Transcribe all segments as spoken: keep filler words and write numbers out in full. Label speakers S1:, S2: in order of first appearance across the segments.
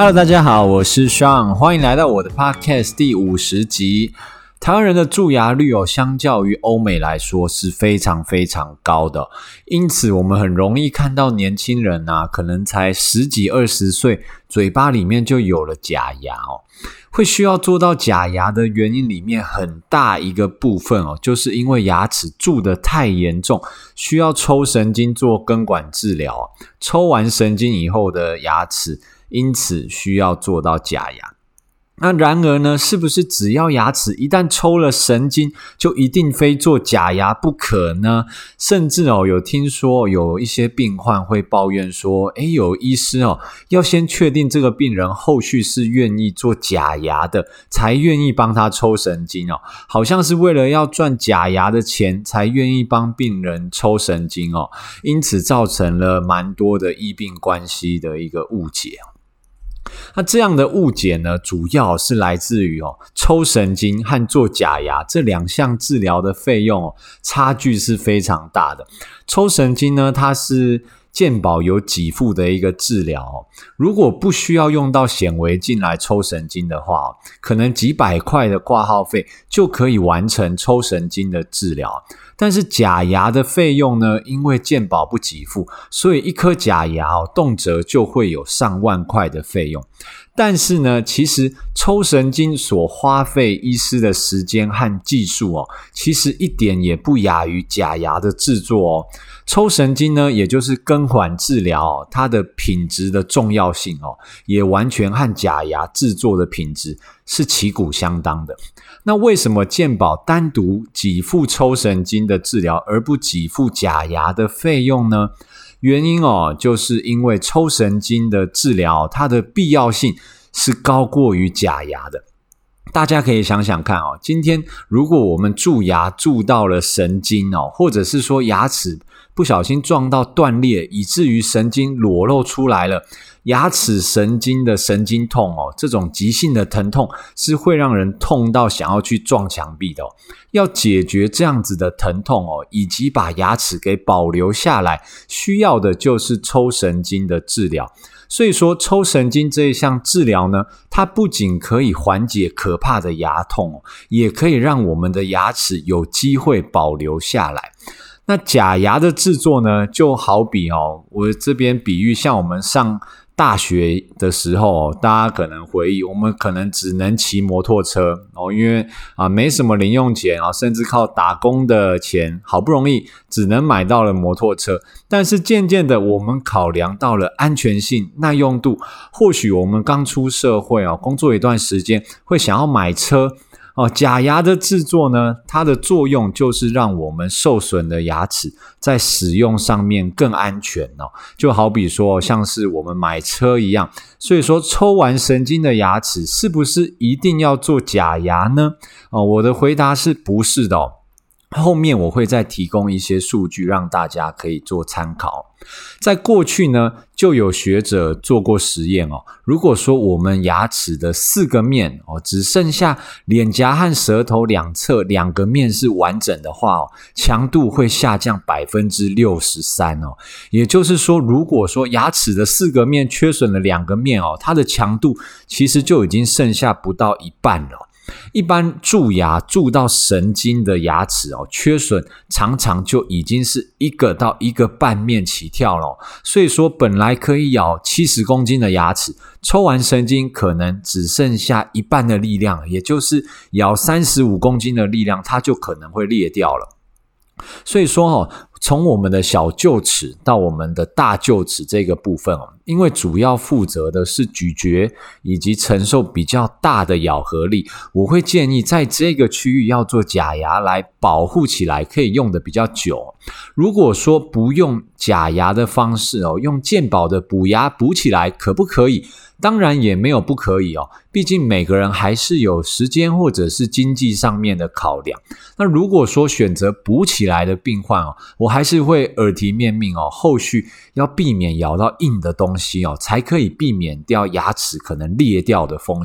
S1: Hello， 大家好，我是 Sean， 欢迎来到我的 Podcast 第五十集。台湾人的蛀牙率哦，相较于欧美来说是非常非常高的，因此我们很容易看到年轻人啊，可能才十几二十岁，嘴巴里面就有了假牙哦。会需要做到假牙的原因里面很大一个部分哦，就是因为牙齿蛀得太严重，需要抽神经做根管治疗，抽完神经以后的牙齿因此需要做到假牙。那然而呢，是不是只要牙齿一旦抽了神经，就一定非做假牙不可呢？甚至哦，有听说有一些病患会抱怨说，诶，有医师哦，要先确定这个病人后续是愿意做假牙的，才愿意帮他抽神经哦，好像是为了要赚假牙的钱，才愿意帮病人抽神经哦，因此造成了蛮多的医病关系的一个误解。那这样的误解呢，主要是来自于哦，抽神经和做假牙这两项治疗的费用哦，差距是非常大的。抽神经呢，它是健保有给付的一个治疗哦，如果不需要用到显微镜来抽神经的话哦，可能几百块的挂号费就可以完成抽神经的治疗。但是假牙的费用呢，因为健保不给付，所以一颗假牙哦，动辄就会有上万块的费用。但是呢，其实抽神经所花费医师的时间和技术哦，其实一点也不亚于假牙的制作哦。抽神经呢，也就是根管治疗哦，它的品质的重要性哦，也完全和假牙制作的品质是旗鼓相当的。那为什么健保单独给付抽神经的治疗，而不给付假牙的费用呢？原因哦，就是因为抽神经的治疗，它的必要性是高过于假牙的。大家可以想想看哦，今天如果我们蛀牙蛀到了神经哦，或者是说牙齿不小心撞到断裂，以至于神经裸露出来了，牙齿神经的神经痛哦，这种急性的疼痛是会让人痛到想要去撞墙壁的哦。要解决这样子的疼痛哦，以及把牙齿给保留下来，需要的就是抽神经的治疗。所以说抽神经这一项治疗呢，它不仅可以缓解可怕的牙痛哦，也可以让我们的牙齿有机会保留下来。那假牙的制作呢，就好比哦，我这边比喻像我们上大学的时候，大家可能回忆，我们可能只能骑摩托车哦，因为啊没什么零用钱啊，甚至靠打工的钱，好不容易只能买到了摩托车。但是渐渐的，我们考量到了安全性、耐用度，或许我们刚出社会哦，工作一段时间，会想要买车。哦，假牙的制作呢，它的作用就是让我们受损的牙齿在使用上面更安全哦。就好比说，像是我们买车一样，所以说抽完神经的牙齿是不是一定要做假牙呢？哦，我的回答是不是的哦。后面我会再提供一些数据让大家可以做参考。在过去呢，就有学者做过实验哦。如果说我们牙齿的四个面哦，只剩下脸颊和舌头两侧两个面是完整的话哦，强度会下降 百分之六十三 哦。也就是说，如果说牙齿的四个面缺损了两个面哦，它的强度其实就已经剩下不到一半了。一般蛀牙蛀到神经的牙齿哦，缺损常常就已经是一个到一个半面起跳了哦。所以说本来可以咬七十公斤的牙齿，抽完神经可能只剩下一半的力量，也就是咬三十五公斤的力量，它就可能会裂掉了。所以说哦，从我们的小臼齿到我们的大臼齿这个部分哦，因为主要负责的是咀嚼以及承受比较大的咬合力，我会建议在这个区域要做假牙来保护起来，可以用的比较久。如果说不用假牙的方式哦，用健保的补牙补起来可不可以？当然也没有不可以哦，毕竟每个人还是有时间或者是经济上面的考量。那如果说选择补起来的病患哦，我还是会耳提面命哦，后续要避免咬到硬的东西哦，才可以避免掉牙齿可能裂掉的风险。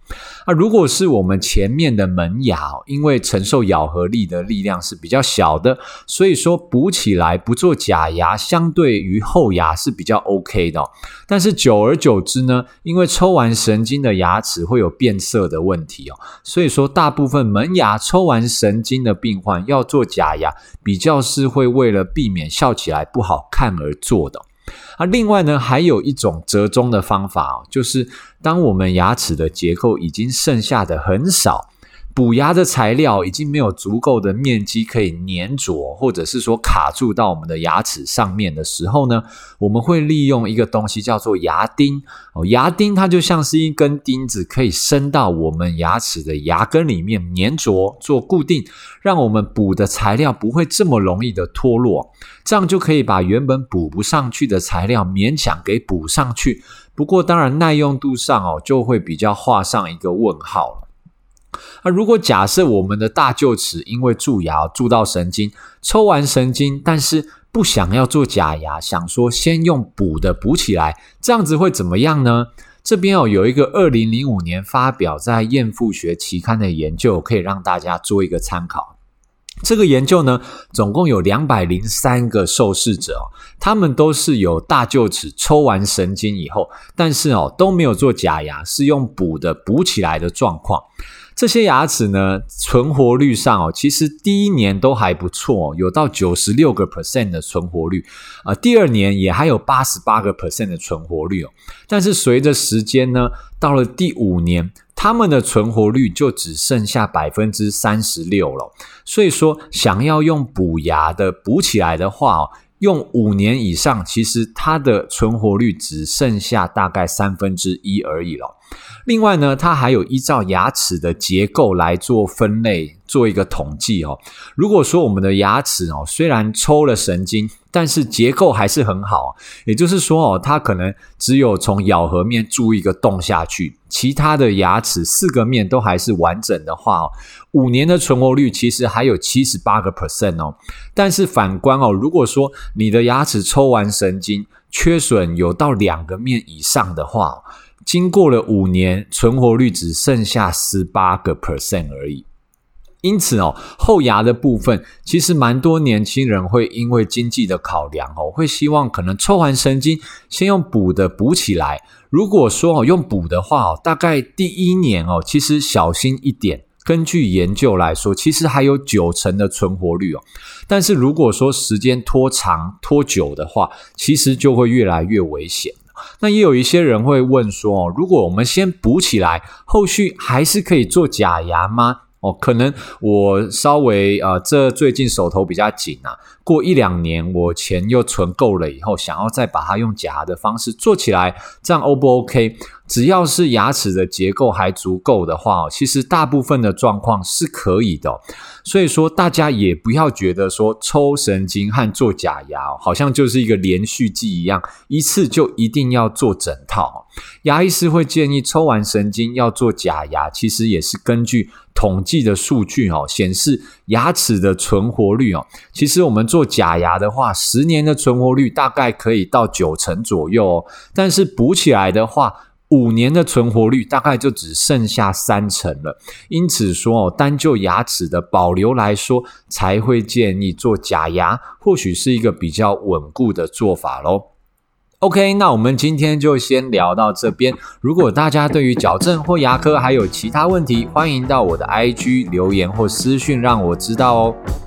S1: 啊，如果是我们前面的门牙，因为承受咬合力的力量是比较小的，所以说补起来不做假牙，相对于后牙是比较 OK 的。但是久而久之呢，因为抽完神经的牙齿会有变色的问题哦，所以说大部分门牙抽完神经的病患要做假牙，比较是会为了避免笑起来不好看而做的。啊，另外呢，还有一种折中的方法哦，就是当我们牙齿的结构已经剩下的很少，补牙的材料已经没有足够的面积可以粘着，或者是说卡住到我们的牙齿上面的时候呢，我们会利用一个东西叫做牙钉。哦，牙钉它就像是一根钉子，可以伸到我们牙齿的牙根里面粘着做固定，让我们补的材料不会这么容易的脱落，这样就可以把原本补不上去的材料勉强给补上去。不过当然耐用度上哦，就会比较画上一个问号了。而如果假设我们的大臼齿因为蛀牙蛀到神经，抽完神经，但是不想要做假牙，想说先用补的补起来，这样子会怎么样呢？这边哦有一个二零零五年发表在验复学期刊的研究，可以让大家做一个参考。这个研究呢，总共有两百零三个受试者哦，他们都是有大臼齿抽完神经以后，但是哦都没有做假牙，是用补的补起来的状况。这些牙齿呢，存活率上哦，其实第一年都还不错哦，有到 百分之九十六 的存活率，呃，第二年也还有 百分之八十八 的存活率哦。但是随着时间呢，到了第五年，他们的存活率就只剩下 百分之三十六 了。所以说，想要用补牙的补起来的话哦，用五年以上，其实它的存活率只剩下大概三分之一而已了。另外呢，它还有依照牙齿的结构来做分类，做一个统计哦。如果说我们的牙齿哦，虽然抽了神经，但是结构还是很好，也就是说哦，它可能只有从咬合面蛀一个洞下去，其他的牙齿四个面都还是完整的话哦，五年的存活率其实还有 百分之七十八 哦。但是反观哦，如果说你的牙齿抽完神经，缺损有到两个面以上的话，经过了五年，存活率只剩下 百分之十八 而已。因此哦，后牙的部分其实蛮多年轻人会因为经济的考量哦，会希望可能抽完神经先用补的补起来。如果说哦用补的话哦，大概第一年哦，其实小心一点，根据研究来说，其实还有九成的存活率哦。但是如果说时间拖长拖久的话，其实就会越来越危险。那也有一些人会问说，如果我们先补起来，后续还是可以做假牙吗？哦，可能我稍微呃，这最近手头比较紧啊，过一两年我钱又存够了以后，想要再把它用假牙的方式做起来，这样 O 不 OK？ 只要是牙齿的结构还足够的话，其实大部分的状况是可以的。所以说大家也不要觉得说抽神经和做假牙好像就是一个连续剧一样，一次就一定要做整套。牙医师会建议抽完神经要做假牙，其实也是根据统计的数据哦，显示牙齿的存活率哦，其实我们做假牙的话，十年的存活率大概可以到九成左右哦，但是补起来的话，五年的存活率大概就只剩下三成了。因此说哦，单就牙齿的保留来说，才会建议做假牙，或许是一个比较稳固的做法咯。OK， 那我们今天就先聊到这边。如果大家对于矫正或牙科还有其他问题，欢迎到我的 I G 留言或私讯让我知道哦。